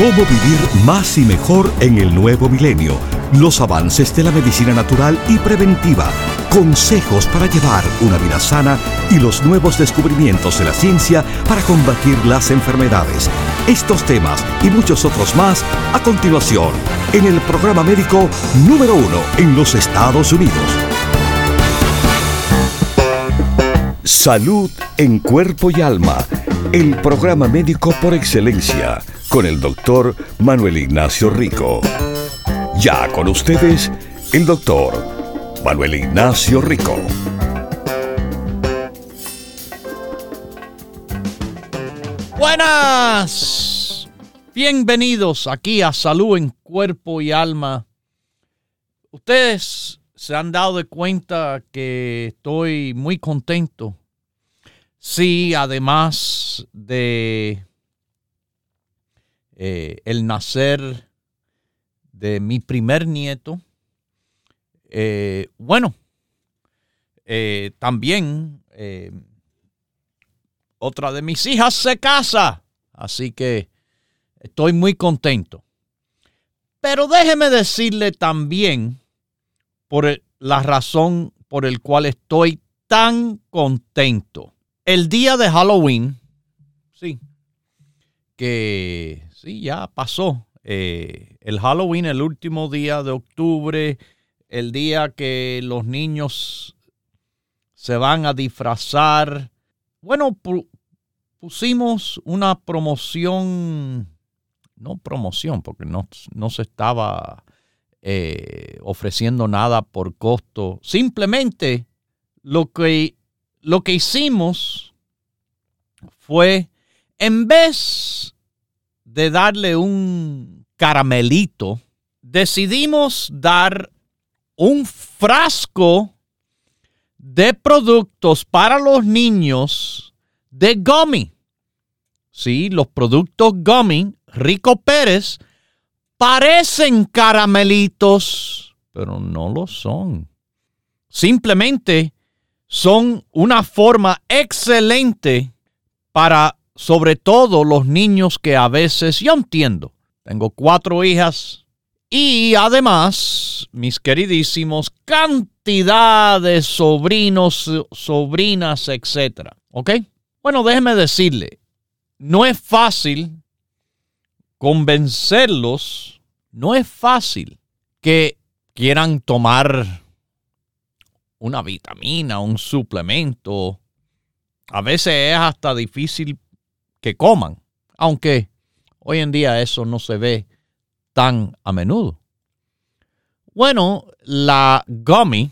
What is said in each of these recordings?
Cómo vivir más y mejor en el nuevo milenio. Los avances de la medicina natural y preventiva. Consejos para llevar una vida sana y los nuevos descubrimientos de la ciencia para combatir las enfermedades. Estos temas y muchos otros más a continuación en el programa médico número 1 en los Estados Unidos. Salud en cuerpo y alma. El programa médico por excelencia con el doctor Manuel Ignacio Rico. Ya con ustedes, el doctor Manuel Ignacio Rico. Buenas, bienvenidos aquí a Salud en Cuerpo y Alma. Ustedes se han dado de cuenta que estoy muy contento. Sí, además de el nacer de mi primer nieto, también otra de mis hijas se casa, así que estoy muy contento. Pero déjeme decirle también la razón por la cual estoy tan contento. El día de Halloween, ya pasó. El Halloween, el último día de octubre, el día que los niños se van a disfrazar. Bueno, pusimos una promoción, no promoción, porque no se estaba ofreciendo nada por costo. Simplemente lo que hicimos fue, en vez de darle un caramelito, decidimos dar un frasco de productos para los niños de gummy. Sí, los productos gummy Rico Pérez parecen caramelitos, pero no lo son. Simplemente son una forma excelente para, sobre todo, los niños que a veces, yo entiendo, tengo 4 hijas y además mis queridísimos cantidad de sobrinos, sobrinas, etc. ¿Ok? Bueno, déjeme decirle, no es fácil convencerlos, no es fácil que quieran tomar una vitamina, un suplemento. A veces es hasta difícil que coman, aunque hoy en día eso no se ve tan a menudo. Bueno, la gummy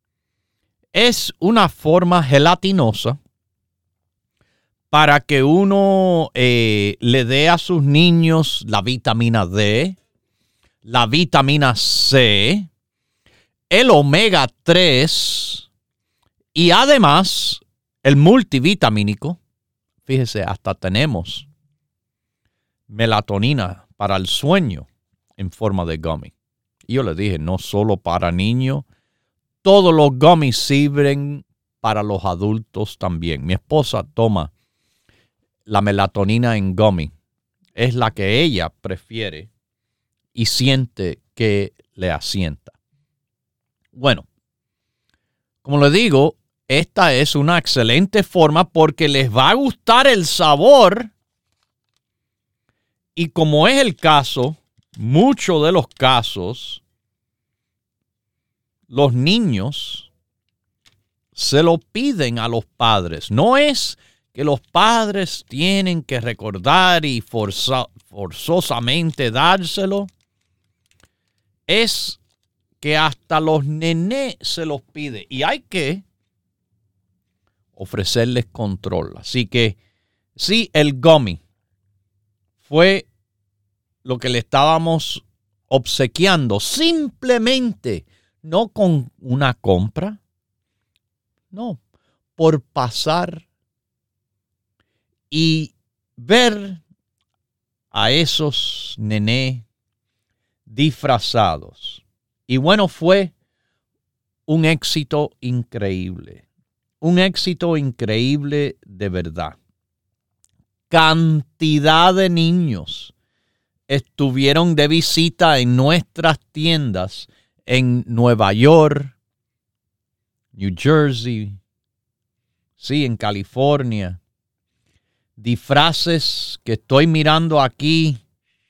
es una forma gelatinosa para que uno le dé a sus niños la vitamina D, la vitamina C, el omega 3 y además el multivitamínico. Fíjese, hasta tenemos melatonina para el sueño en forma de gummy. Y yo le dije, no solo para niños, todos los gummies sirven para los adultos también. Mi esposa toma la melatonina en gummy. Es la que ella prefiere y siente que le asienta. Bueno, como le digo, esta es una excelente forma porque les va a gustar el sabor. Y como es el caso, muchos de los casos, los niños se lo piden a los padres. No es que los padres tienen que recordar y forzosamente dárselo. Es que hasta los nenes se los pide. Y hay que ofrecerles control. Así que sí, el gummy fue lo que le estábamos obsequiando, simplemente no con una compra, no, por pasar y ver a esos nené disfrazados. Y bueno, fue un éxito increíble de verdad. Cantidad de niños estuvieron de visita en nuestras tiendas en Nueva York, New Jersey, sí, en California. Disfraces que estoy mirando aquí.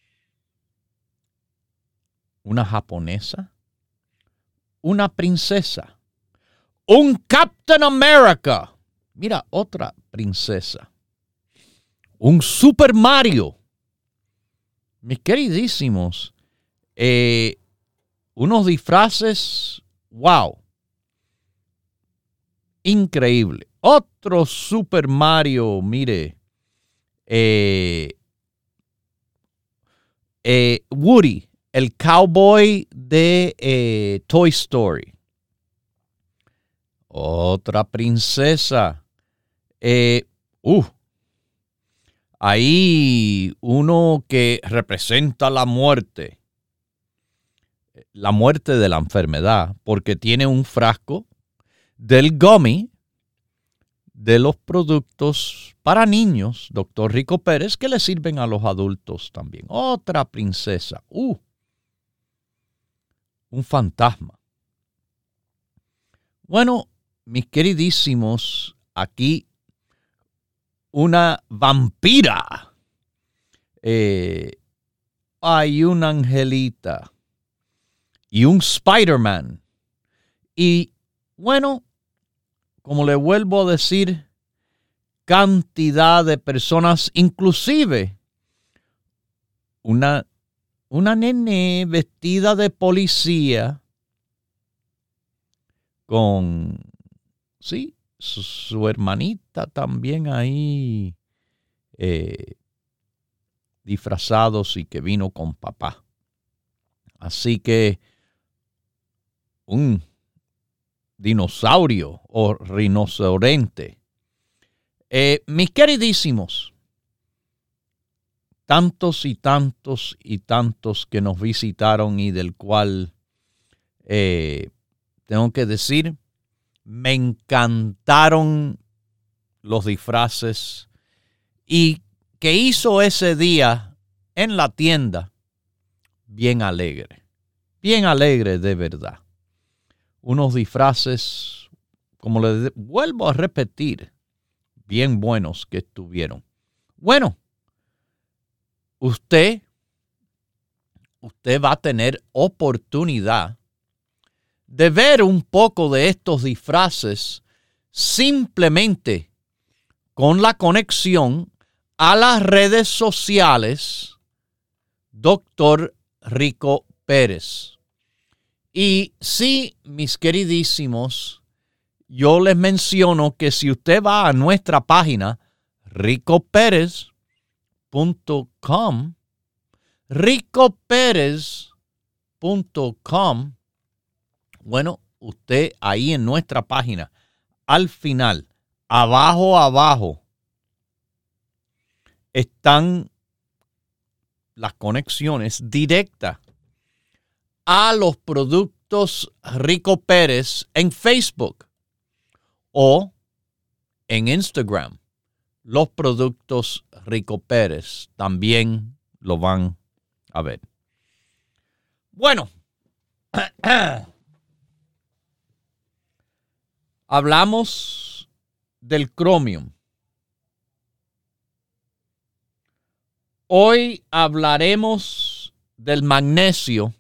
Una japonesa, una princesa, un Captain America. Mira, otra princesa. Un Super Mario. Mis queridísimos, unos disfraces, wow, increíble. Otro Super Mario, mire, Woody, el cowboy de Toy Story. Otra princesa. Ahí uno que representa la muerte de la enfermedad, porque tiene un frasco del gummy de los productos para niños, Dr. Rico Pérez, que le sirven a los adultos también. Otra princesa. Un fantasma. Bueno, mis queridísimos, aquí una vampira. Hay una angelita y un Spider-Man. Y bueno, como le vuelvo a decir, cantidad de personas, inclusive una nene vestida de policía con, sí, su hermanita también ahí disfrazados y que vino con papá. Así que un dinosaurio o rinoceronte. Mis queridísimos, tantos y tantos y tantos que nos visitaron y del cual tengo que decir, me encantaron los disfraces y que hizo ese día en la tienda bien alegre de verdad. Unos disfraces, como les vuelvo a repetir, bien buenos que estuvieron. Bueno, usted va a tener oportunidad de ver un poco de estos disfraces simplemente con la conexión a las redes sociales Dr. Rico Pérez. Y sí, mis queridísimos, yo les menciono que si usted va a nuestra página ricoperez.com, ricoperez.com, bueno, usted ahí en nuestra página, al final, abajo, están las conexiones directas a los productos Rico Pérez en Facebook o en Instagram. Los productos Rico Pérez también lo van a ver. Bueno, hablamos del Chromium. Hoy hablaremos del magnesio.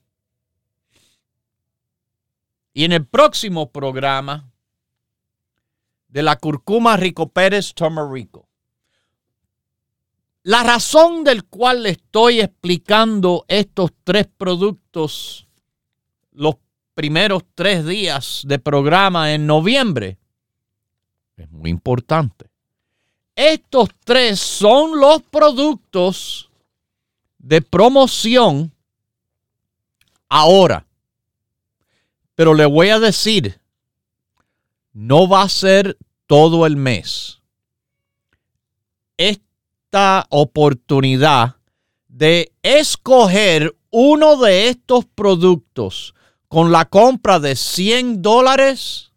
Y en el próximo programa, de la curcuma Rico Pérez Turmerico. La razón del cual le estoy explicando estos tres productos los primeros 3 días de programa en noviembre es muy importante. Estos 3 son los productos de promoción ahora. Pero le voy a decir, no va a ser todo el mes. Esta oportunidad de escoger uno de estos productos con la compra de $100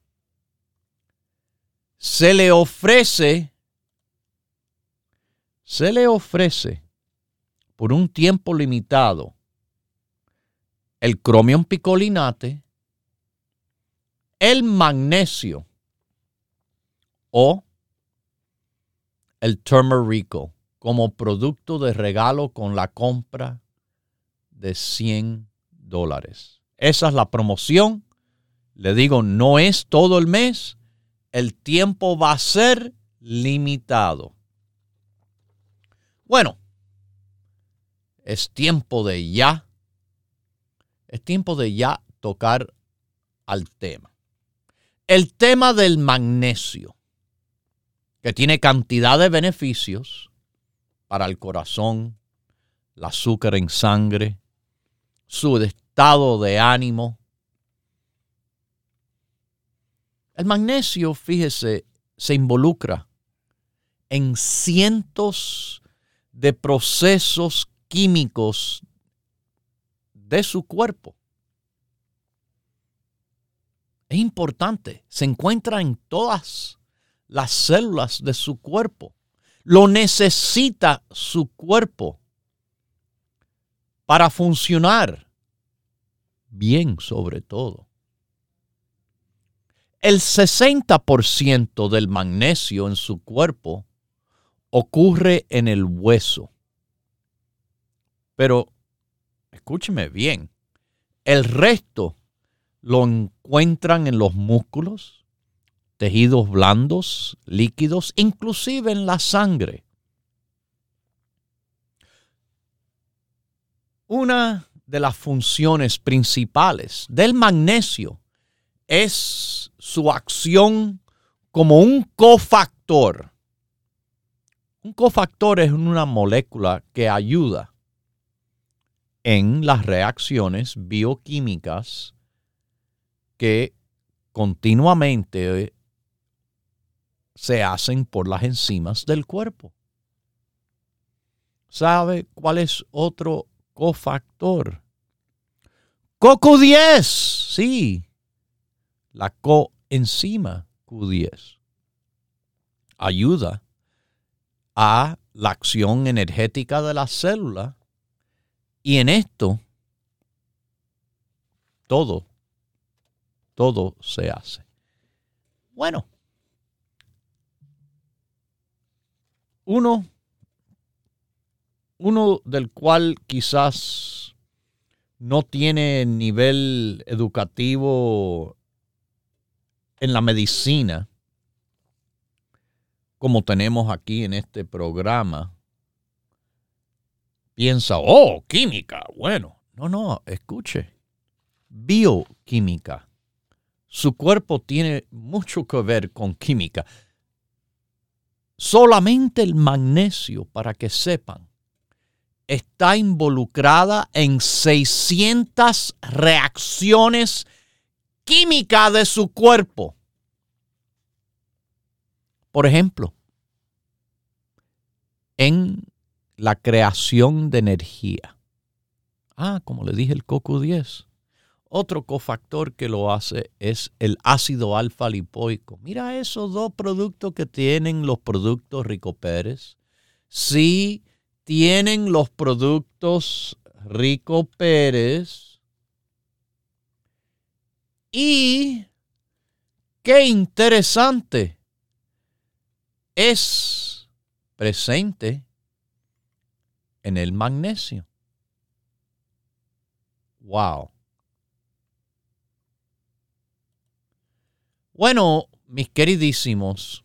se le ofrece por un tiempo limitado el Chromium picolinate, el magnesio o el Turmerico como producto de regalo con la compra de $100. Esa es la promoción. Le digo, no es todo el mes. El tiempo va a ser limitado. Bueno, es tiempo de ya tocar al tema. El tema del magnesio, que tiene cantidad de beneficios para el corazón, el azúcar en sangre, su estado de ánimo. El magnesio, fíjese, se involucra en cientos de procesos químicos de su cuerpo. Es importante, se encuentra en todas las células de su cuerpo. Lo necesita su cuerpo para funcionar bien, sobre todo. El 60% del magnesio en su cuerpo ocurre en el hueso. Pero, escúcheme bien, el resto lo encuentran en los músculos, tejidos blandos, líquidos, inclusive en la sangre. Una de las funciones principales del magnesio es su acción como un cofactor. Un cofactor es una molécula que ayuda en las reacciones bioquímicas que continuamente se hacen por las enzimas del cuerpo. ¿Sabe cuál es otro cofactor? CoQ10, sí, la coenzima Q10 ayuda a la acción energética de la célula y en esto todo se hace. Bueno, uno del cual quizás no tiene nivel educativo en la medicina, como tenemos aquí en este programa, piensa, química, bueno. No, escuche, bioquímica. Su cuerpo tiene mucho que ver con química. Solamente el magnesio, para que sepan, está involucrada en 600 reacciones químicas de su cuerpo. Por ejemplo, en la creación de energía. Como le dije, el CoQ10. Otro cofactor que lo hace es el ácido alfa lipoico. Mira esos dos productos que tienen los productos Rico Pérez. Sí, tienen los productos Rico Pérez. Y qué interesante, es presente en el magnesio. Wow. Bueno, mis queridísimos,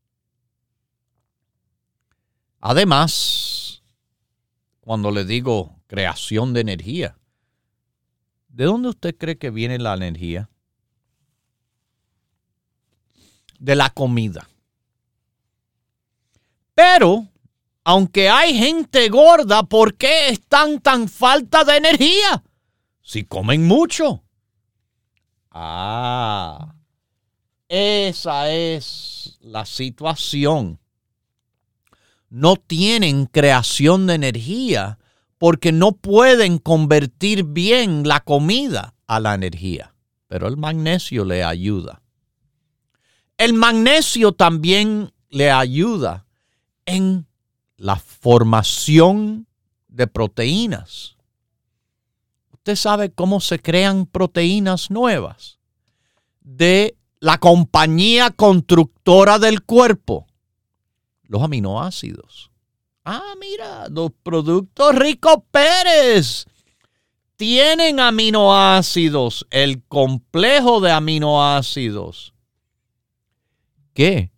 además, cuando le digo creación de energía, ¿de dónde usted cree que viene la energía? De la comida. Pero, aunque hay gente gorda, ¿por qué están tan falta de energía? Si comen mucho. Esa es la situación. No tienen creación de energía porque no pueden convertir bien la comida a la energía. Pero el magnesio le ayuda. El magnesio también le ayuda en la formación de proteínas. ¿Usted sabe cómo se crean proteínas nuevas? De la compañía constructora del cuerpo, los aminoácidos. Ah, mira, los productos Rico Pérez tienen aminoácidos, el complejo de aminoácidos. ¿Qué?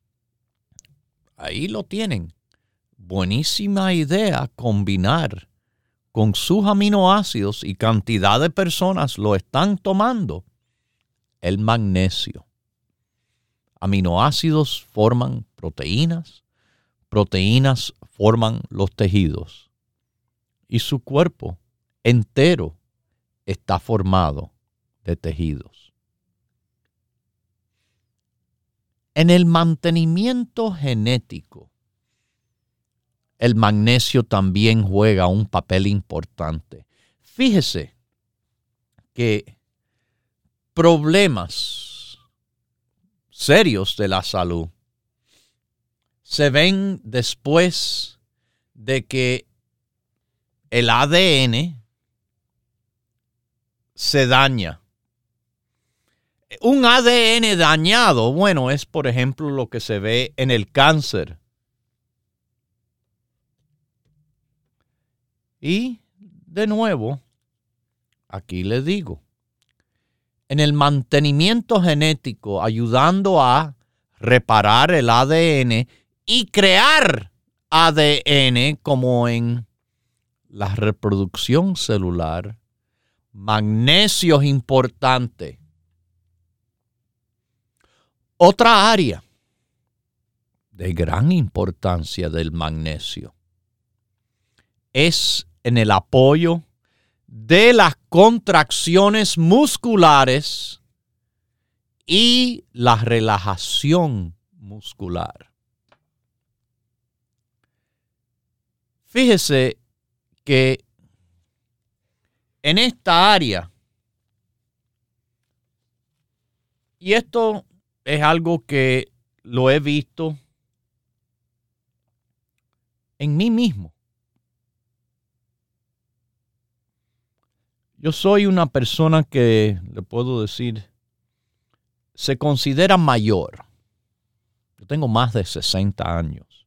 Ahí lo tienen. Buenísima idea combinar con sus aminoácidos y cantidad de personas lo están tomando. El magnesio. Aminoácidos forman proteínas, proteínas forman los tejidos y su cuerpo entero está formado de tejidos. En el mantenimiento genético, el magnesio también juega un papel importante. Fíjese que problemas serios de la salud se ven después de que el ADN se daña. Un ADN dañado, bueno, es por ejemplo lo que se ve en el cáncer. Y de nuevo, aquí le digo, en el mantenimiento genético, ayudando a reparar el ADN y crear ADN como en la reproducción celular, magnesio es importante. Otra área de gran importancia del magnesio es en el apoyo de las contracciones musculares y la relajación muscular. Fíjese que en esta área, y esto es algo que lo he visto en mí mismo. Yo soy una persona que, le puedo decir, se considera mayor. Yo tengo más de 60 años.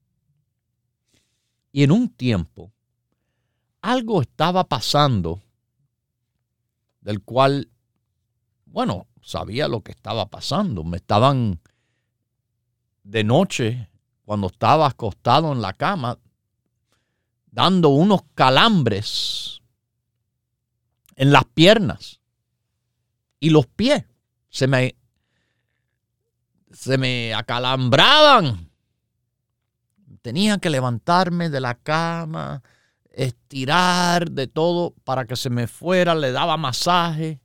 Y en un tiempo, algo estaba pasando del cual, bueno, sabía lo que estaba pasando. Me estaban de noche, cuando estaba acostado en la cama, dando unos calambres en las piernas y los pies. Se me acalambraban. Tenía que levantarme de la cama, estirar de todo para que se me fuera. Le daba masaje.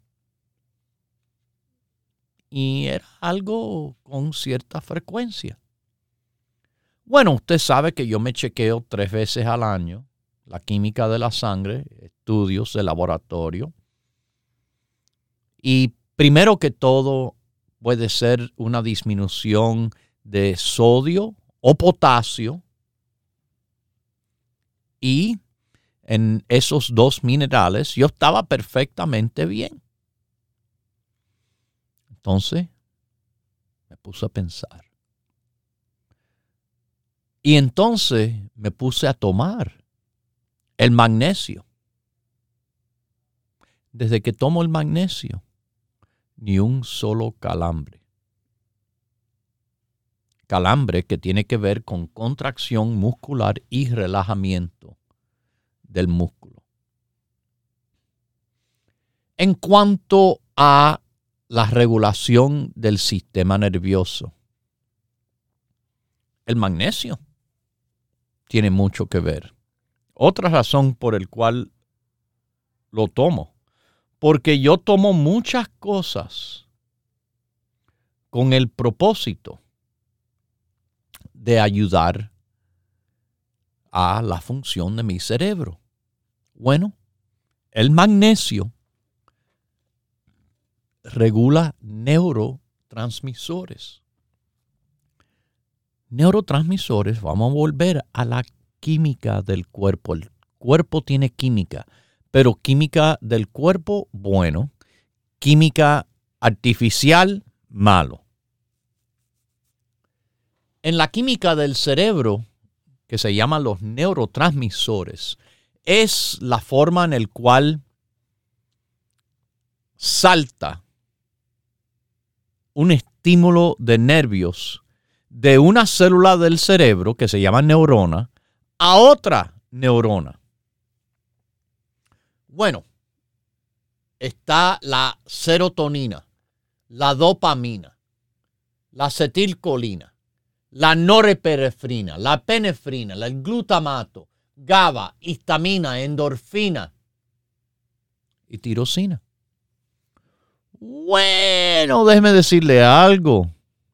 Y era algo con cierta frecuencia. Bueno, usted sabe que yo me chequeo 3 veces al año. La química de la sangre, estudios de laboratorio. Y primero que todo puede ser una disminución de sodio o potasio. Y en esos 2 minerales yo estaba perfectamente bien. Entonces me puse a pensar. Y entonces me puse a tomar el magnesio. Desde que tomo el magnesio, ni un solo calambre. Calambre que tiene que ver con contracción muscular y relajamiento del músculo. En cuanto a la regulación del sistema nervioso, el magnesio tiene mucho que ver. Otra razón por la cual lo tomo, porque yo tomo muchas cosas con el propósito de ayudar a la función de mi cerebro. Bueno, el magnesio regula neurotransmisores. Neurotransmisores, vamos a volver a la química del cuerpo. El cuerpo tiene química, pero química del cuerpo, bueno. Química artificial, malo. En la química del cerebro, que se llaman los neurotransmisores, es la forma en la cual salta un estímulo de nervios de una célula del cerebro, que se llama neurona, a otra neurona. Bueno, está la serotonina, la dopamina, la acetilcolina, la norepinefrina, la epinefrina, el glutamato, GABA, histamina, endorfina y tirosina. Bueno, déjeme decirle algo.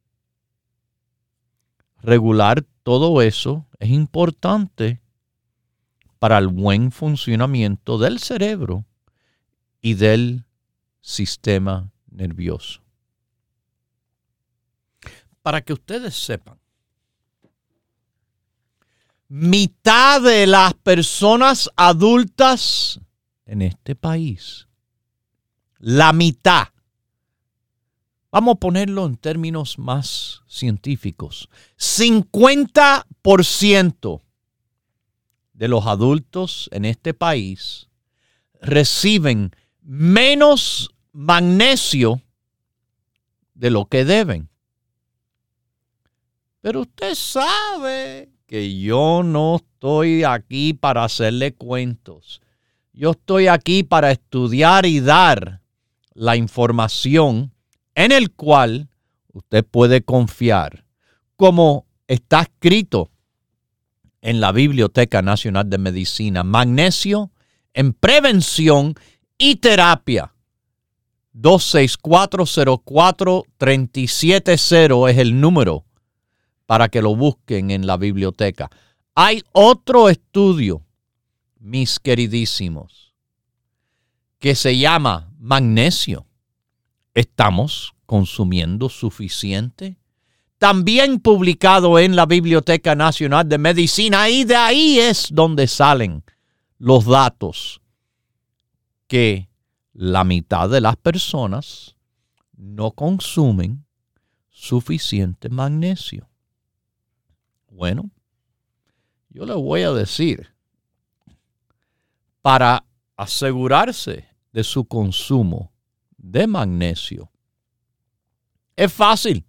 Regular todo eso es importante para el buen funcionamiento del cerebro y del sistema nervioso. Para que ustedes sepan, mitad de las personas adultas en este país, la mitad, vamos a ponerlo en términos más científicos, 50% de los adultos en este país reciben menos magnesio de lo que deben. Pero usted sabe que yo no estoy aquí para hacerle cuentos. Yo estoy aquí para estudiar y dar la información en el cual usted puede confiar, como está escrito en la Biblioteca Nacional de Medicina. Magnesio en prevención y terapia. 264-04-370 es el número para que lo busquen en la biblioteca. Hay otro estudio, mis queridísimos, que se llama magnesio. ¿Estamos consumiendo suficiente? También publicado en la Biblioteca Nacional de Medicina, y de ahí es donde salen los datos que la mitad de las personas no consumen suficiente magnesio. Bueno, yo le voy a decir, para asegurarse de su consumo de magnesio, es fácil.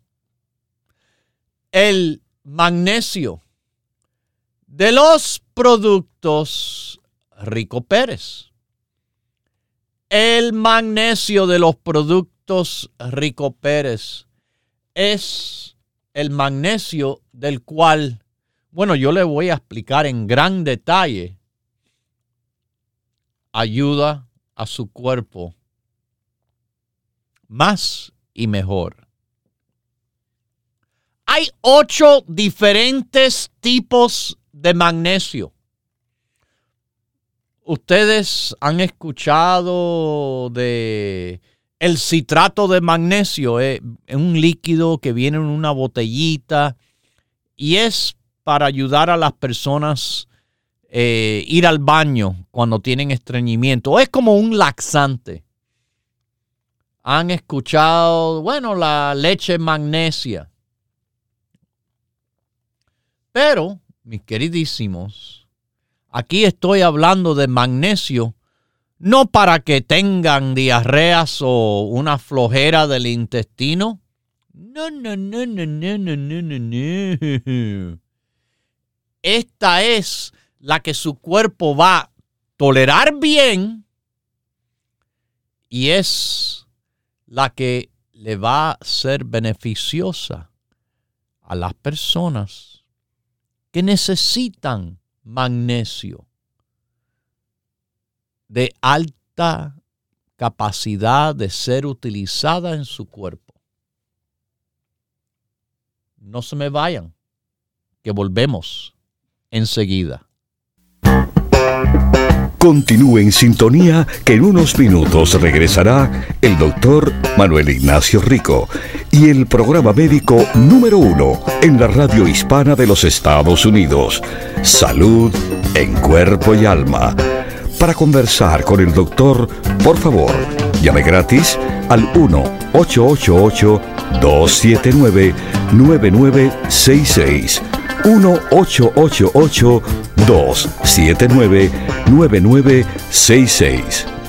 El magnesio de los productos Rico Pérez. El magnesio de los productos Rico Pérez es el magnesio del cual, bueno, yo le voy a explicar en gran detalle. Ayuda a su cuerpo más y mejor. Hay 8 diferentes tipos de magnesio. Ustedes han escuchado de el citrato de magnesio, es un líquido que viene en una botellita y es para ayudar a las personas ir al baño cuando tienen estreñimiento. Es como un laxante. Han escuchado, bueno, la leche magnesia. Pero, mis queridísimos, aquí estoy hablando de magnesio, no para que tengan diarreas o una flojera del intestino. No. Esta es la que su cuerpo va a tolerar bien y es la que le va a ser beneficiosa a las personas que necesitan magnesio de alta capacidad de ser utilizada en su cuerpo. No se me vayan, que volvemos enseguida. Continúe en sintonía que en unos minutos regresará el doctor Manuel Ignacio Rico y el programa médico número 1 en la radio hispana de los Estados Unidos, Salud en Cuerpo y Alma. Para conversar con el doctor, por favor, llame gratis al 1-888-279-9966. 1-888-279-9966.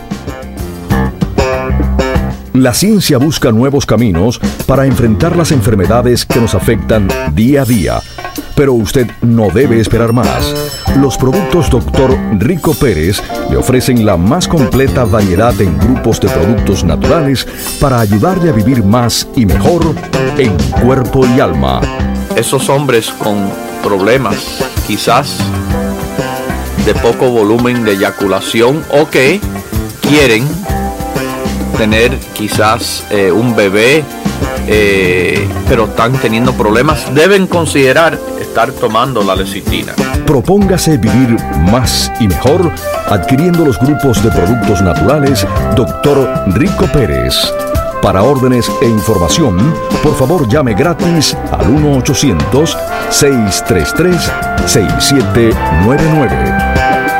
La ciencia busca nuevos caminos para enfrentar las enfermedades que nos afectan día a día. Pero usted no debe esperar más. Los productos Dr. Rico Pérez le ofrecen la más completa variedad en grupos de productos naturales para ayudarle a vivir más y mejor en cuerpo y alma. Esos hombres con problemas, quizás de poco volumen de eyaculación o que quieren tener quizás un bebé, pero están teniendo problemas, deben considerar estar tomando la lecitina. Propóngase vivir más y mejor adquiriendo los grupos de productos naturales Dr. Rico Pérez. Para órdenes e información, por favor llame gratis al 1-800-633-6799.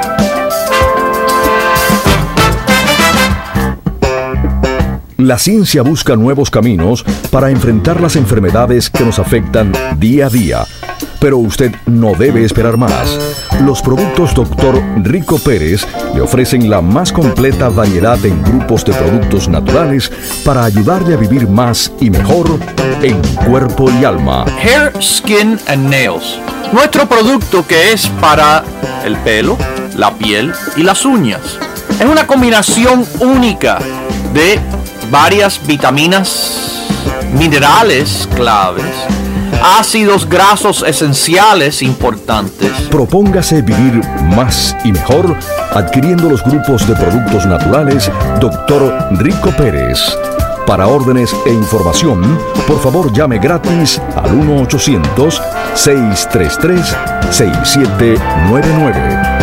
La ciencia busca nuevos caminos para enfrentar las enfermedades que nos afectan día a día. Pero usted no debe esperar más. Los productos Dr. Rico Pérez le ofrecen la más completa variedad en grupos de productos naturales para ayudarle a vivir más y mejor en cuerpo y alma. Hair, Skin and Nails. Nuestro producto que es para el pelo, la piel y las uñas. Es una combinación única de varias vitaminas, minerales claves, ácidos grasos esenciales importantes. Propóngase vivir más y mejor adquiriendo los grupos de productos naturales Dr. Rico Pérez. Para órdenes e información, por favor llame gratis al 1-800-633-6799.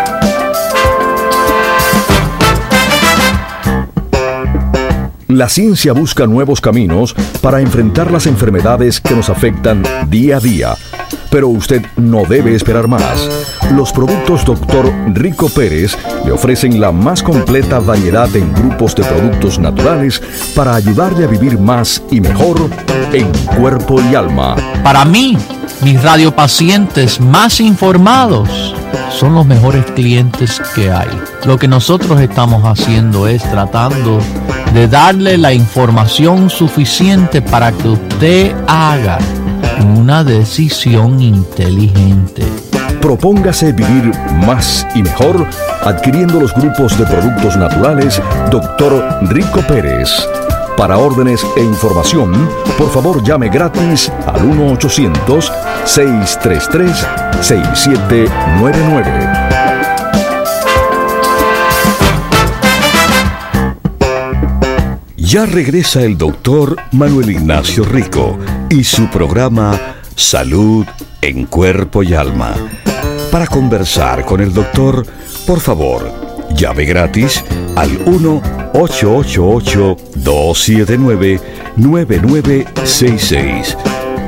La ciencia busca nuevos caminos para enfrentar las enfermedades que nos afectan día a día. Pero usted no debe esperar más. Los productos Dr. Rico Pérez le ofrecen la más completa variedad en grupos de productos naturales para ayudarle a vivir más y mejor en cuerpo y alma. Para mí, mis radiopacientes más informados son los mejores clientes que hay. Lo que nosotros estamos haciendo es tratando de darle la información suficiente para que usted haga una decisión inteligente. Propóngase vivir más y mejor adquiriendo los grupos de productos naturales Dr. Rico Pérez. Para órdenes e información, por favor llame gratis al 1-800-633-6799. Ya regresa el doctor Manuel Ignacio Rico y su programa Salud en Cuerpo y Alma. Para conversar con el doctor, por favor, llame gratis al 1-888-279-9966.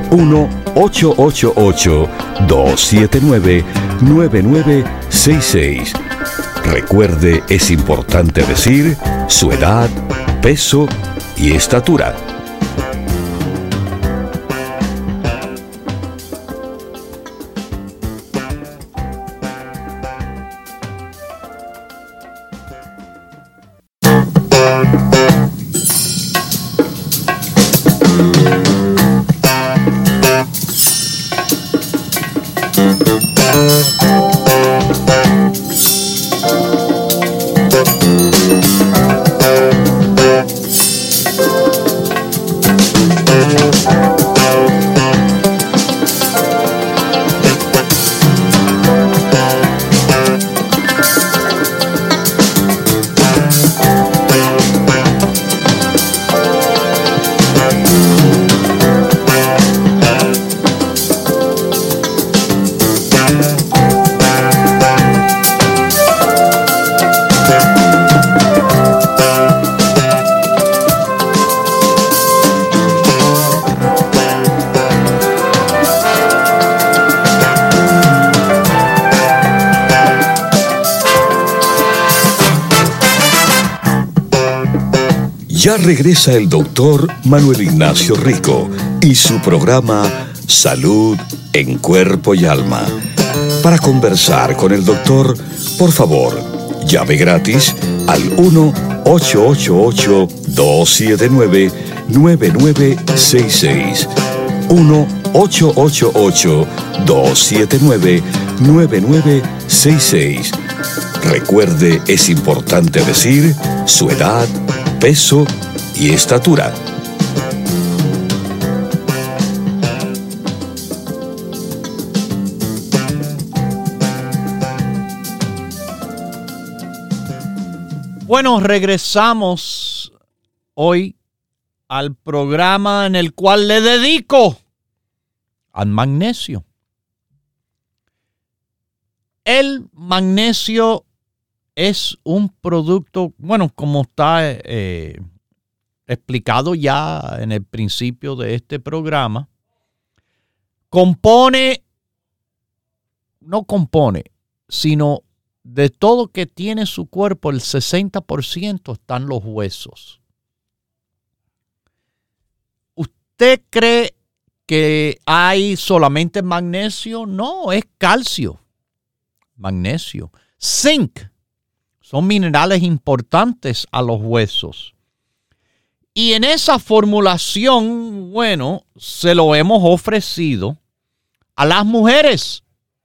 1-888-279-9966. Recuerde, es importante decir su edad, peso y estatura. Ya regresa el doctor Manuel Ignacio Rico y su programa Salud en Cuerpo y Alma. Para conversar con el doctor, por favor, llame gratis al 1-888-279-9966. 1-888-279-9966. Recuerde, es importante decir su edad, peso y estatura. Bueno, regresamos hoy al programa en el cual le dedico al magnesio. El magnesio es un producto, bueno, como está explicado ya en el principio de este programa, sino de todo que tiene su cuerpo, el 60% están los huesos. ¿Usted cree que hay solamente magnesio? No, es calcio, magnesio, zinc. Son minerales importantes a los huesos. Y en esa formulación, bueno, se lo hemos ofrecido a las mujeres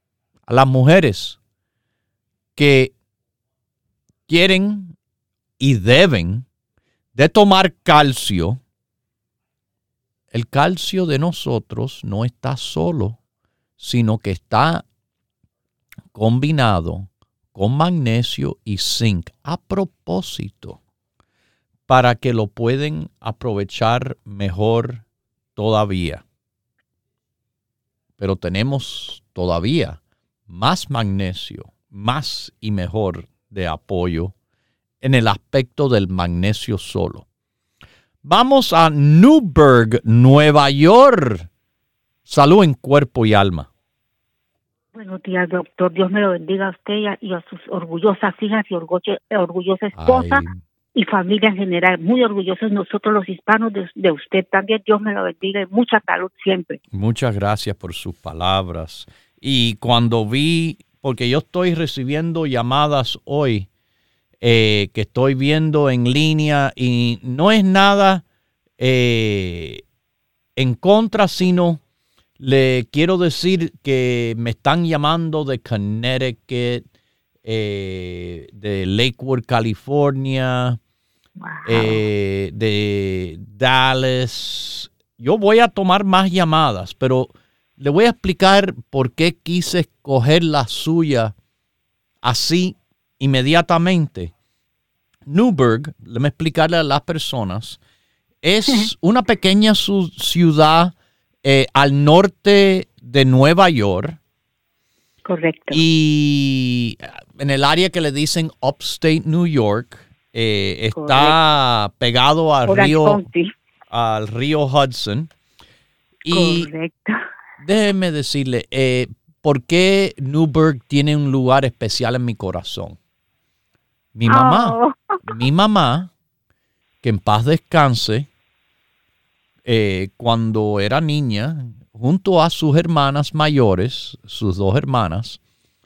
que quieren y deben de tomar calcio. El calcio de nosotros no está solo, sino que está combinado con magnesio y zinc a propósito, para que lo pueden aprovechar mejor todavía. Pero tenemos todavía más magnesio, más y mejor de apoyo en el aspecto del magnesio solo. Vamos a Newburgh, Nueva York. Salud en cuerpo y alma. Buenos días, doctor. Dios me lo bendiga a usted y a sus orgullosas hijas y orgullosa esposa. Ay. Y familia en general. Muy orgullosos nosotros los hispanos de usted también. Dios me lo bendiga y mucha salud siempre. Muchas gracias por sus palabras. Y cuando vi, porque yo estoy recibiendo llamadas hoy que estoy viendo en línea y no es nada en contra, sino le quiero decir que me están llamando de Connecticut, de Lakewood, California, Wow. de Dallas. Yo voy a tomar más llamadas, pero le voy a explicar por qué quise escoger la suya así inmediatamente. Newburgh, le voy a explicarle a las personas, es una pequeña ciudad al norte de Nueva York. Correcto. Y en el área que le dicen Upstate New York, está pegado al río Hudson. Y correcto. déjeme decirle, ¿por qué Newburgh tiene un lugar especial en mi corazón? Mi mamá, que en paz descanse, cuando era niña, junto a sus hermanas mayores, sus dos hermanas,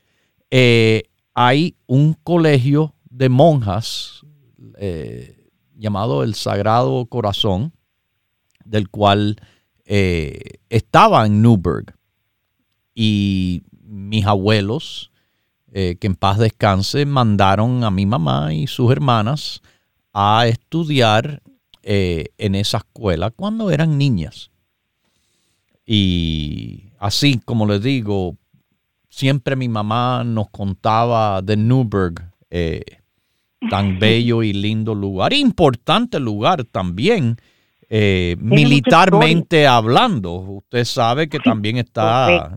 hay un colegio de monjas llamado el Sagrado Corazón, del cual estaba en Newburgh. Y mis abuelos, que en paz descanse, mandaron a mi mamá y sus hermanas a estudiar en esa escuela cuando eran niñas. Y así, como les digo, siempre mi mamá nos contaba de Newburgh, tan bello y lindo lugar, importante lugar también, militarmente hablando. Usted sabe que también está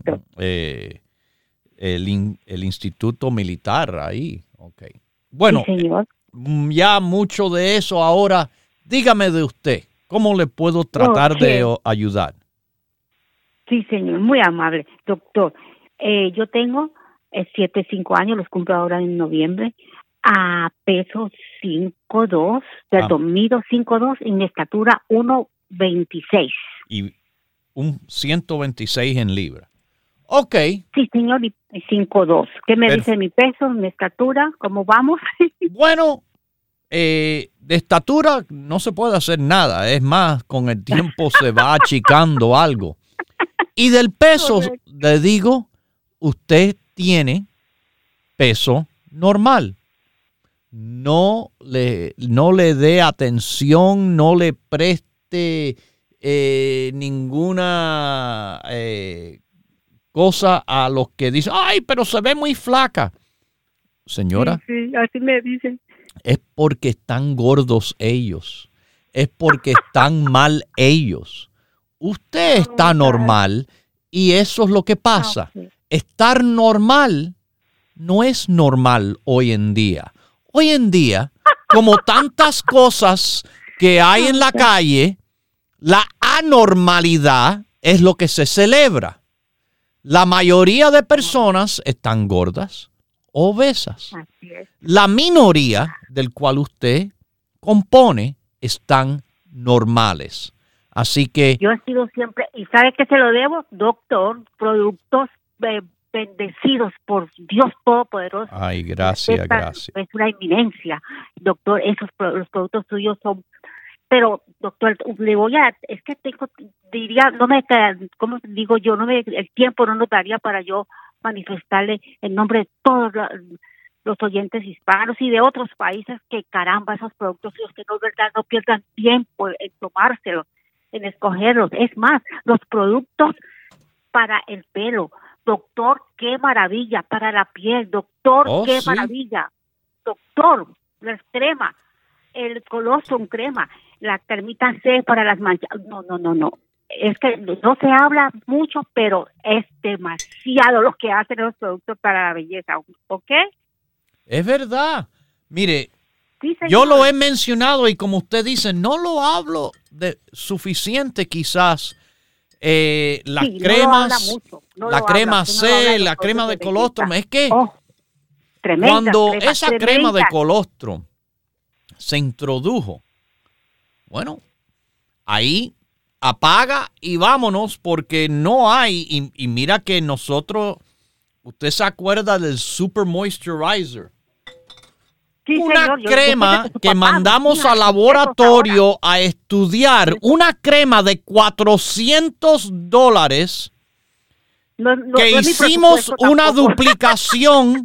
el instituto militar ahí. Okay. Bueno, sí, señor. Ya mucho de eso. Ahora, dígame de usted, ¿cómo le puedo tratar de ayudar? Sí, señor, muy amable. Doctor, yo tengo 75 años, los cumplo ahora en noviembre. A peso 5'2", mido 5'2", y mi estatura 1'26". Y un 126 en libra. Ok. Sí, señor, y 5'2". ¿Qué me dice mi peso, mi estatura? ¿Cómo vamos? Bueno, de estatura no se puede hacer nada. Es más, con el tiempo se va achicando algo. Y del peso, le digo, usted tiene peso normal. No le dé atención, no le preste ninguna cosa a los que dicen, ay, pero se ve muy flaca. Señora, sí, así me dicen. Es porque están gordos ellos. Es porque están mal ellos. Usted está normal y eso es lo que pasa. Estar normal no es normal hoy en día. Hoy en día, como tantas cosas que hay en la calle, la anormalidad es lo que se celebra. La mayoría de personas están gordas, obesas. La minoría del cual usted compone están normales. Así que... Yo he sido siempre, y ¿sabe qué se lo debo? Doctor, productos bendecidos por Dios Todopoderoso. Ay, gracias, gracias. Es una eminencia, doctor. Los productos suyos son... Pero, doctor, le voy a... Es que diría, no me... ¿Cómo digo yo? El tiempo no nos daría para yo manifestarle en nombre de todos los oyentes hispanos y de otros países que, caramba, esos productos suyos, que no, verdad, no pierdan tiempo en tomárselos, en escogerlos. Es más, los productos para el pelo, doctor, qué maravilla, para la piel, doctor, qué maravilla, doctor, las cremas, el colostrum crema, la cremita C para las manchas, no, es que no se habla mucho, pero es demasiado lo que hacen los productos para la belleza, ¿ok? Es verdad, mire, sí, yo lo he mencionado y como usted dice, no lo hablo de suficiente quizás. Las cremas, la crema C, la crema de colostrum, es que cuando esa crema de colostrum se introdujo, bueno, ahí apaga y vámonos porque no hay, y mira que nosotros, usted se acuerda del Super Moisturizer. Sí, una señor, crema que mandamos al laboratorio a estudiar, una crema de $400 que hicimos una duplicación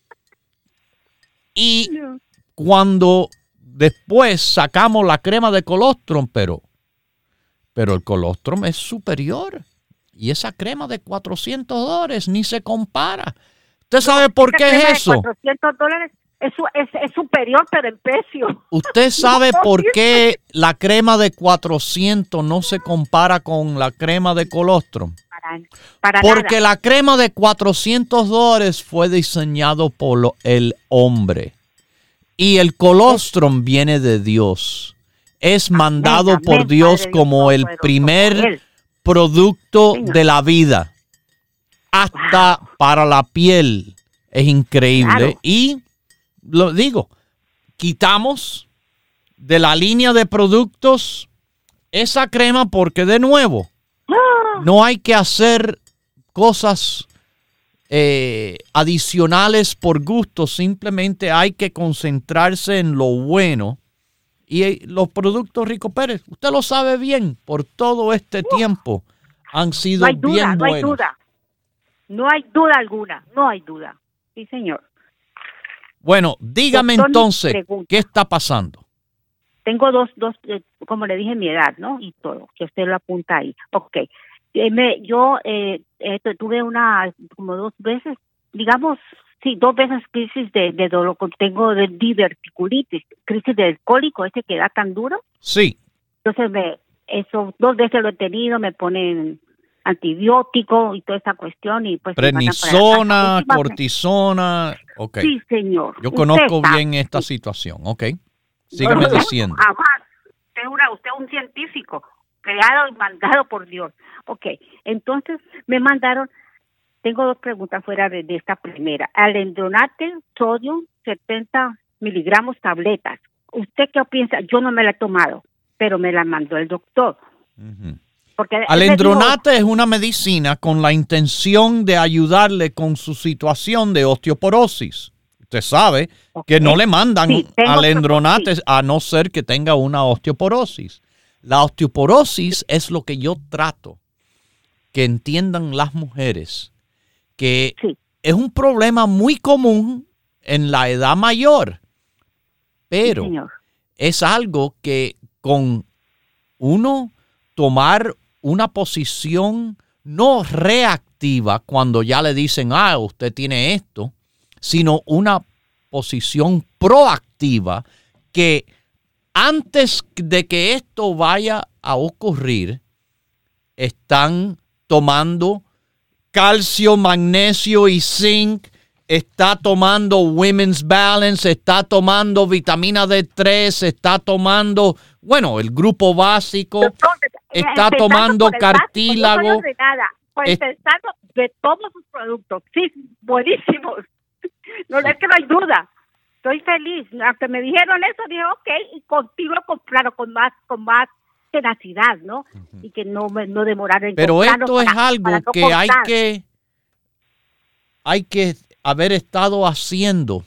y cuando después sacamos la crema de colostrum, pero el colostrum es superior y esa crema de $400 ni se compara. ¿Usted sabe por qué es eso? $400 es superior, pero en precio. ¿Usted sabe por qué la crema de 400 no se compara con la crema de colostrum? Porque la crema de $400 fue diseñado por el hombre. Y el colostrum viene de Dios. Es mandado por Dios como el primer producto de la vida. Hasta para la piel. Es increíble. Y lo digo, quitamos de la línea de productos esa crema porque de nuevo no hay que hacer cosas adicionales por gusto, simplemente hay que concentrarse en lo bueno. Y los productos Rico Pérez, usted lo sabe bien, por todo este tiempo han sido bien buenos. No hay duda alguna, no hay duda. Sí, señor. Bueno, dígame entonces, ¿qué está pasando? Tengo dos, como le dije, mi edad, ¿no? Y todo, que usted lo apunta ahí. Ok. Yo tuve como 2 veces, digamos, sí, 2 veces crisis de dolor. Tengo de diverticulitis, crisis del cólico, ese que da tan duro. Sí. Entonces, eso 2 veces lo he tenido, me ponen antibiótico y toda esa cuestión. Y pues prednisona, cortisona. Okay. Sí, señor. Yo conozco bien esta situación. Ok. Sígame diciendo. Usted es un científico, creado y mandado por Dios. Ok, entonces me mandaron, tengo 2 preguntas fuera de esta primera. Alendronate, sodio, 70 miligramos tabletas. ¿Usted qué piensa? Yo no me la he tomado, pero me la mandó el doctor. Porque Alendronate es una medicina con la intención de ayudarle con su situación de osteoporosis. Usted sabe que no le mandan alendronate a no ser que tenga una osteoporosis. La osteoporosis es lo que yo trato que entiendan las mujeres, que es un problema muy común en la edad mayor, pero es algo que con uno tomar una posición no reactiva cuando ya le dicen, usted tiene esto, sino una posición proactiva que antes de que esto vaya a ocurrir, están tomando calcio, magnesio y zinc, está tomando Women's Balance, está tomando vitamina D3, está tomando, el grupo básico, está tomando cartílago. Empezando de todos sus productos, sí, buenísimos. No es que no hay duda. Estoy feliz. Aunque me dijeron eso, dije, ok, y continúo con más tenacidad, ¿no? Y que no demorar en Pero esto es algo que hay que haber estado haciendo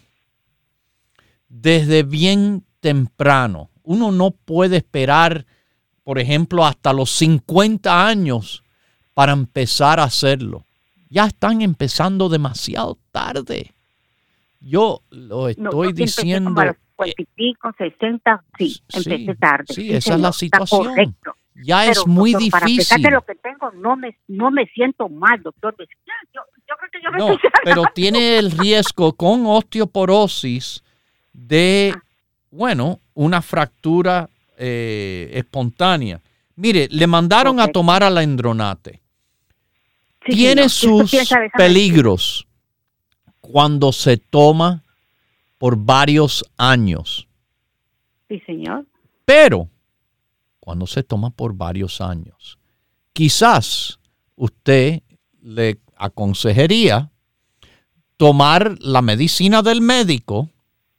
desde bien temprano. Uno no puede esperar, por ejemplo, hasta los 50 años para empezar a hacerlo. Ya están empezando demasiado tarde. Yo lo estoy diciendo. Como a los 55, 60, empecé tarde. Sí, esa es la situación. Correcto. Ya pero, es muy doctor, difícil. Para pesar de lo que tengo, no me siento mal, doctor. Yo creo que yo me estoy pero tiene el riesgo con osteoporosis de, una fractura espontánea. Mire, le mandaron a tomar alendronate. Tiene sus peligros cuando se toma por varios años. Sí, señor. Pero cuando se toma por varios años, quizás usted le aconsejaría tomar la medicina del médico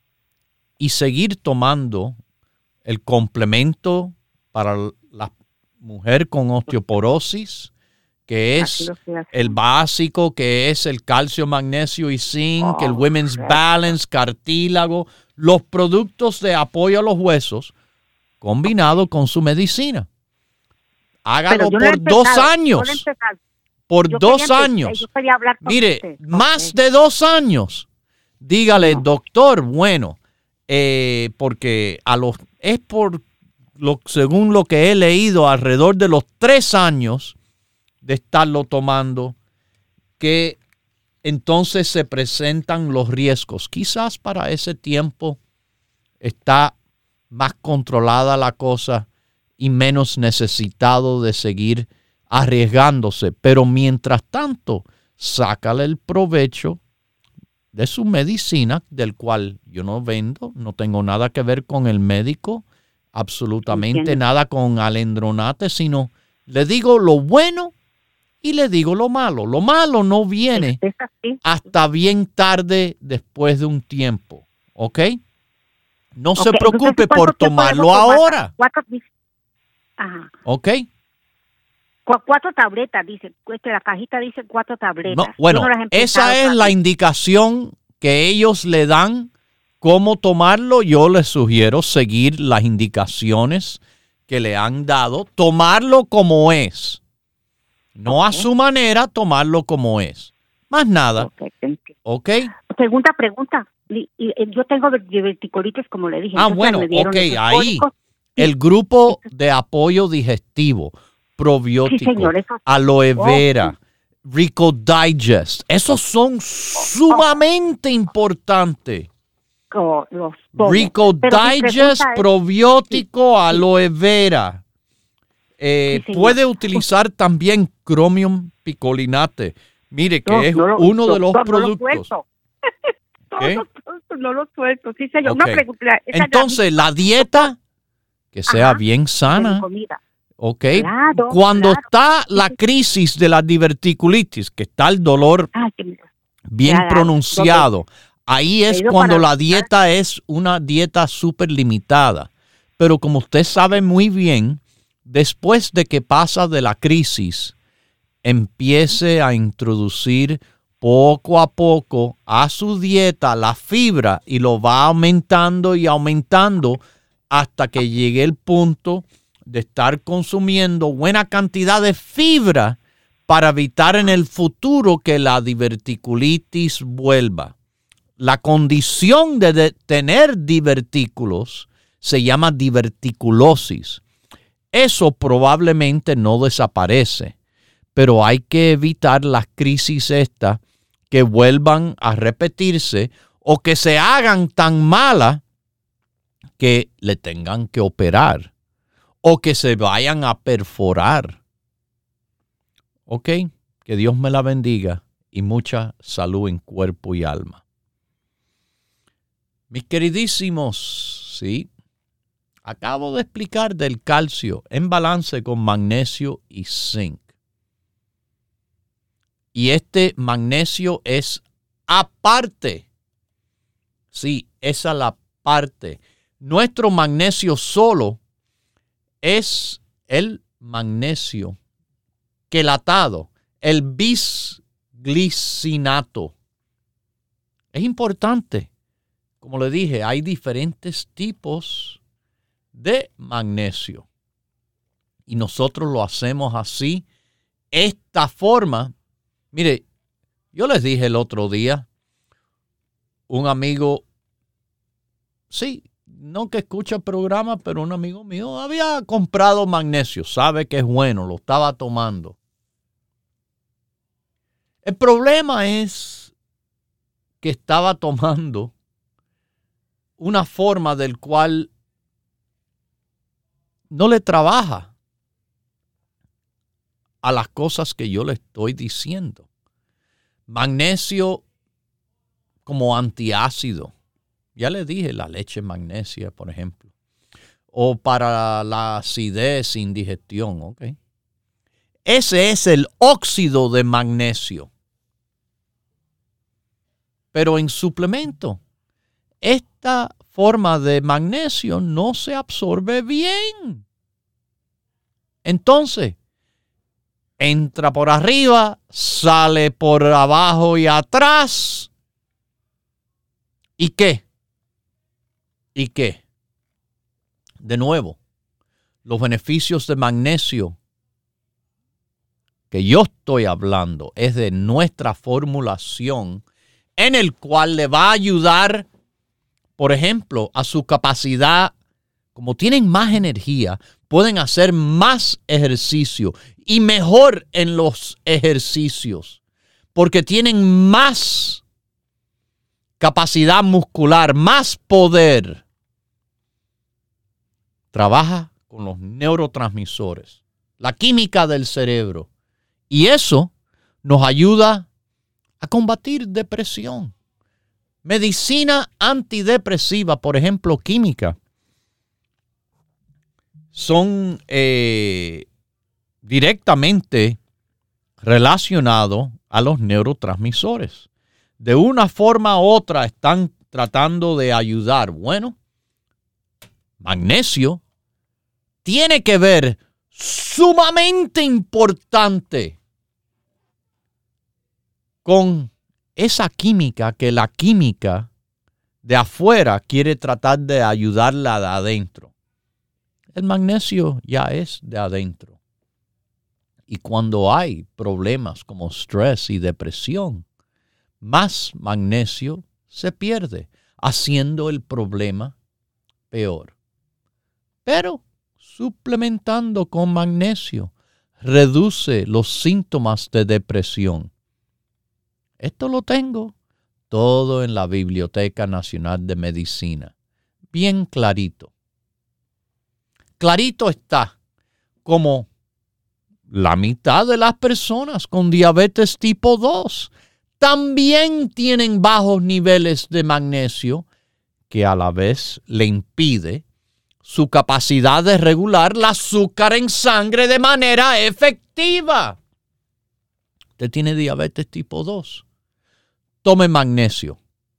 y seguir tomando el complemento para la mujer con osteoporosis, que es el básico, que es el calcio, magnesio y zinc, el Women's Balance, cartílago, los productos de apoyo a los huesos, combinado con su medicina. Hágalo por 2 años. Por 2 años. Mire, más de 2 años. Dígale, doctor, porque según lo que he leído, alrededor de los 3 años de estarlo tomando, que entonces se presentan los riesgos. Quizás para ese tiempo está más controlada la cosa y menos necesitado de seguir arriesgándose. Pero mientras tanto, sácale el provecho de su medicina, del cual yo no vendo, no tengo nada que ver con el médico, absolutamente nada con alendronate, sino le digo lo bueno y le digo lo malo. Lo malo no viene hasta bien tarde después de un tiempo, ¿ok? No se preocupe por tomarlo ahora. Ajá. ¿Ok? 4 tabletas, dice. La cajita dice 4 tabletas. Esa es la indicación que ellos le dan cómo tomarlo. Yo les sugiero seguir las indicaciones que le han dado. Tomarlo como es. No a su manera, tomarlo como es. Más nada. ¿Ok? Segunda pregunta. Yo tengo diverticolitis, como le dije. Ahí. El grupo de apoyo digestivo, probiótico, aloe vera, Rico Digest. Esos son sumamente importantes. Rico Digest, probiótico, aloe vera. Puede utilizar también Chromium picolinate. Mire que es uno de los productos. No lo suelto. Sí, señor. Okay. Entonces, la dieta que sea bien sana. ¿Ok? Claro, cuando está la crisis de la diverticulitis, que está el dolor bien pronunciado, Ahí es cuando la dieta es una dieta súper limitada. Pero como usted sabe muy bien, después de que pasa de la crisis, empiece a introducir poco a poco a su dieta la fibra y lo va aumentando y aumentando hasta que llegue el punto de estar consumiendo buena cantidad de fibra para evitar en el futuro que la diverticulitis vuelva. La condición de tener divertículos se llama diverticulosis. Eso probablemente no desaparece, pero hay que evitar las crisis estas que vuelvan a repetirse o que se hagan tan malas que le tengan que operar o que se vayan a perforar. Ok, que Dios me la bendiga y mucha salud en cuerpo y alma. Mis queridísimos, sí, acabo de explicar del calcio en balance con magnesio y zinc. Y este magnesio es aparte. Sí, esa es la parte. Nuestro magnesio solo es el magnesio quelatado, el bisglicinato. Es importante. Como le dije, hay diferentes tipos de magnesio. Y nosotros lo hacemos así. Esta forma, mire, yo les dije el otro día, un amigo, sí, no que escucha el programa, pero un amigo mío había comprado magnesio, sabe que es bueno, lo estaba tomando. El problema es que estaba tomando una forma del cual no le trabaja a las cosas que yo le estoy diciendo. Magnesio como antiácido. Ya le dije la leche magnesia, por ejemplo. O para la acidez, indigestión, ¿ok? Ese es el óxido de magnesio. Pero en suplemento, esta forma de magnesio no se absorbe bien. Entonces, entra por arriba, sale por abajo y atrás. ¿Y qué? ¿Y qué? De nuevo, los beneficios de magnesio que yo estoy hablando es de nuestra formulación en el cual le va a ayudar, por ejemplo, a su capacidad. Como tienen más energía, pueden hacer más ejercicio y mejor en los ejercicios porque tienen más capacidad muscular, más poder. Trabaja con los neurotransmisores, la química del cerebro, y eso nos ayuda a combatir depresión. Medicina antidepresiva, por ejemplo, química, son directamente relacionados a los neurotransmisores. De una forma u otra están tratando de ayudar. Bueno, magnesio tiene que ver sumamente importante con esa química que la química de afuera quiere tratar de ayudarla de adentro. El magnesio ya es de adentro. Y cuando hay problemas como estrés y depresión, más magnesio se pierde, haciendo el problema peor. Pero suplementando con magnesio reduce los síntomas de depresión. Esto lo tengo todo en la Biblioteca Nacional de Medicina. Bien clarito. Clarito está como la mitad de las personas con diabetes tipo 2 también tienen bajos niveles de magnesio que a la vez le impide su capacidad de regular el azúcar en sangre de manera efectiva. Usted tiene diabetes tipo 2. Tome magnesio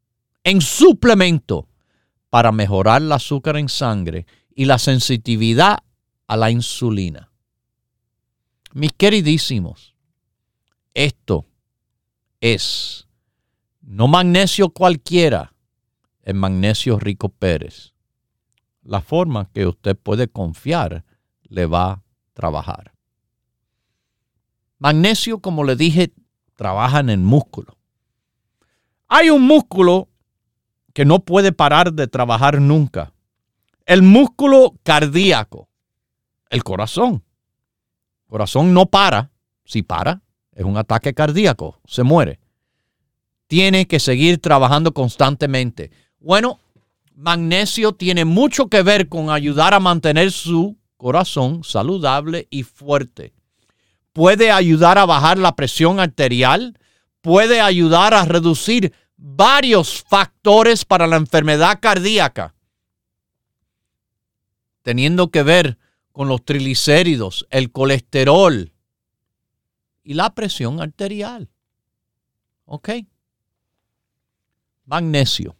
en suplemento para mejorar el azúcar en sangre y la sensitividad a la insulina. Mis queridísimos, esto es no magnesio cualquiera, es magnesio Rico Pérez. La forma que usted puede confiar le va a trabajar. Magnesio, como le dije, trabaja en el músculo. Hay un músculo que no puede parar de trabajar nunca. El músculo cardíaco, el corazón. El corazón no para. Si para, es un ataque cardíaco, se muere. Tiene que seguir trabajando constantemente. Bueno, magnesio tiene mucho que ver con ayudar a mantener su corazón saludable y fuerte. Puede ayudar a bajar la presión arterial, puede ayudar a reducir varios factores para la enfermedad cardíaca, teniendo que ver con los triglicéridos, el colesterol y la presión arterial. ¿Ok? Magnesio.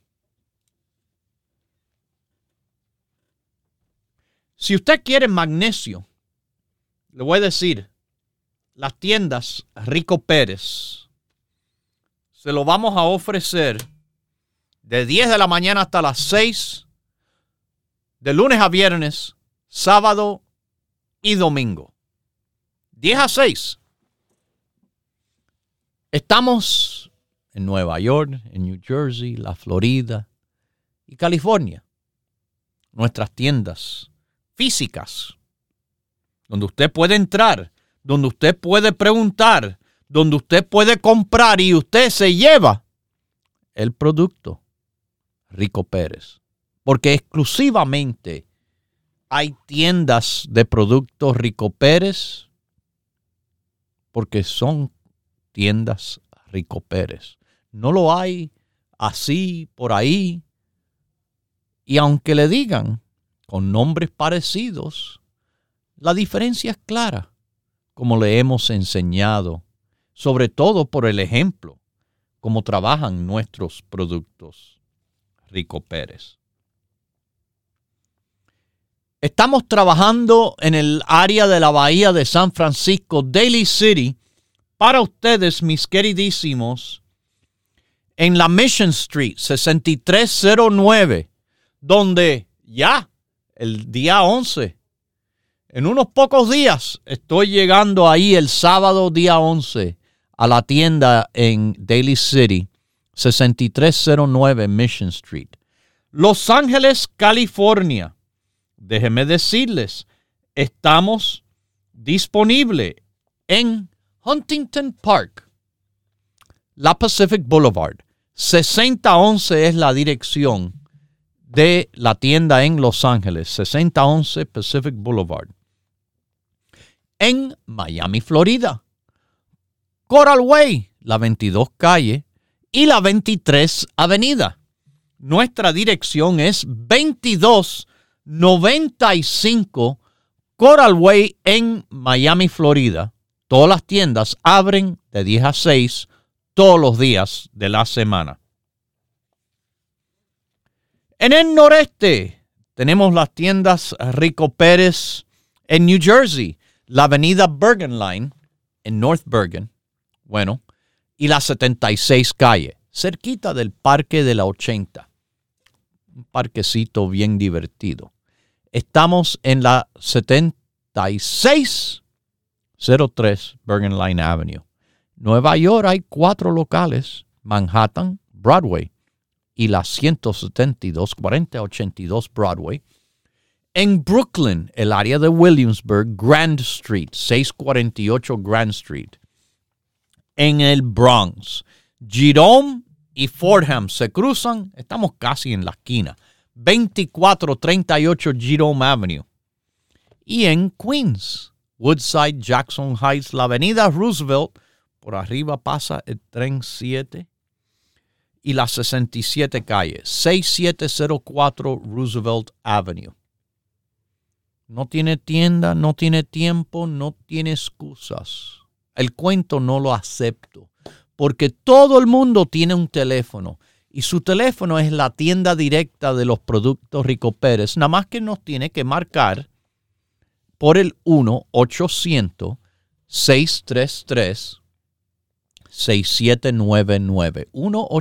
Si usted quiere magnesio, le voy a decir, las tiendas Rico Pérez se lo vamos a ofrecer de 10 de la mañana hasta las 6, de lunes a viernes, sábado y domingo. 10 a 6. Estamos en Nueva York, en New Jersey, la Florida y California. Nuestras tiendas físicas, donde usted puede entrar, donde usted puede preguntar, donde usted puede comprar y usted se lleva el producto Rico Pérez. Porque exclusivamente hay tiendas de productos Rico Pérez porque son tiendas Rico Pérez. No lo hay así por ahí. Y aunque le digan con nombres parecidos, la diferencia es clara, como le hemos enseñado, sobre todo por el ejemplo, cómo trabajan nuestros productos Rico Pérez. Estamos trabajando en el área de la Bahía de San Francisco, Daly City, para ustedes, mis queridísimos, en la Mission Street, 6309, donde ya el día 11, en unos pocos días, estoy llegando ahí el sábado día 11 a la tienda en Daly City, 6309 Mission Street. Los Ángeles, California. Déjenme decirles, estamos disponibles en Huntington Park, la Pacific Boulevard. 6011 es la dirección de la tienda en Los Ángeles, 6011 Pacific Boulevard. En Miami, Florida, Coral Way, la 22 calle y la 23 avenida. Nuestra dirección es 2295 Coral Way en Miami, Florida. Todas las tiendas abren de 10 a 6 todos los días de la semana. En el noreste tenemos las tiendas Rico Pérez en New Jersey, la avenida Bergen Line en North Bergen, bueno, y la 76 calle, cerquita del Parque de la 80. Un parquecito bien divertido. Estamos en la 7603 Bergen Line Avenue. Nueva York hay 4 locales, Manhattan, Broadway y la 4082 Broadway. En Brooklyn, el área de Williamsburg, Grand Street, 648 Grand Street. En el Bronx, Jerome y Fordham se cruzan, estamos casi en la esquina, 2438 Jerome Avenue. Y en Queens, Woodside, Jackson Heights, la avenida Roosevelt, por arriba pasa el tren 7 y la 67 calle, 6704 Roosevelt Avenue. No tiene tienda, no tiene tiempo, no tiene excusas. El cuento no lo acepto, porque todo el mundo tiene un teléfono Y su teléfono es la tienda directa de los productos Rico Pérez. Nada más que nos tiene que marcar por el 1-800-633-6799.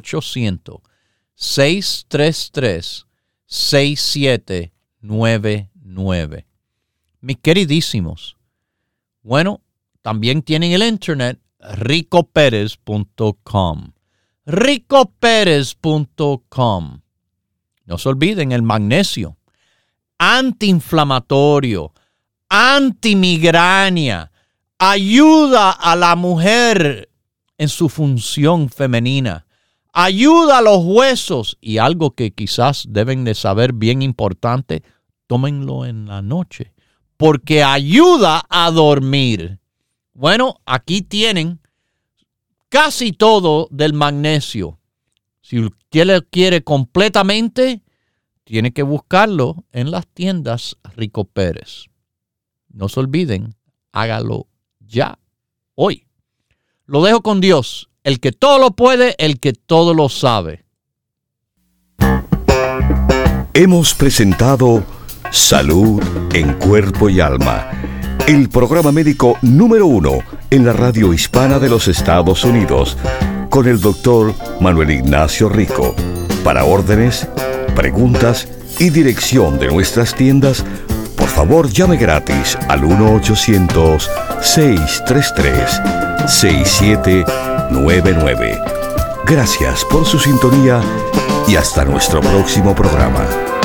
1-800-633-6799. Mis queridísimos, bueno, también tienen el internet ricoperez.com. ricoperez.com. No se olviden el magnesio, antiinflamatorio, antimigraña, ayuda a la mujer en su función femenina, ayuda a los huesos y algo que quizás deben de saber bien importante, tómenlo en la noche porque ayuda a dormir. Bueno, aquí tienen casi todo del magnesio. Si usted lo quiere completamente, tiene que buscarlo en las tiendas Rico Pérez. No se olviden, hágalo ya, hoy. Lo dejo con Dios, el que todo lo puede, el que todo lo sabe. Hemos presentado Salud en Cuerpo y Alma, el programa médico número 1 en la radio hispana de los Estados Unidos, con el doctor Manuel Ignacio Rico. Para órdenes, preguntas y dirección de nuestras tiendas, por favor llame gratis al 1-800-633-6799. Gracias por su sintonía y hasta nuestro próximo programa.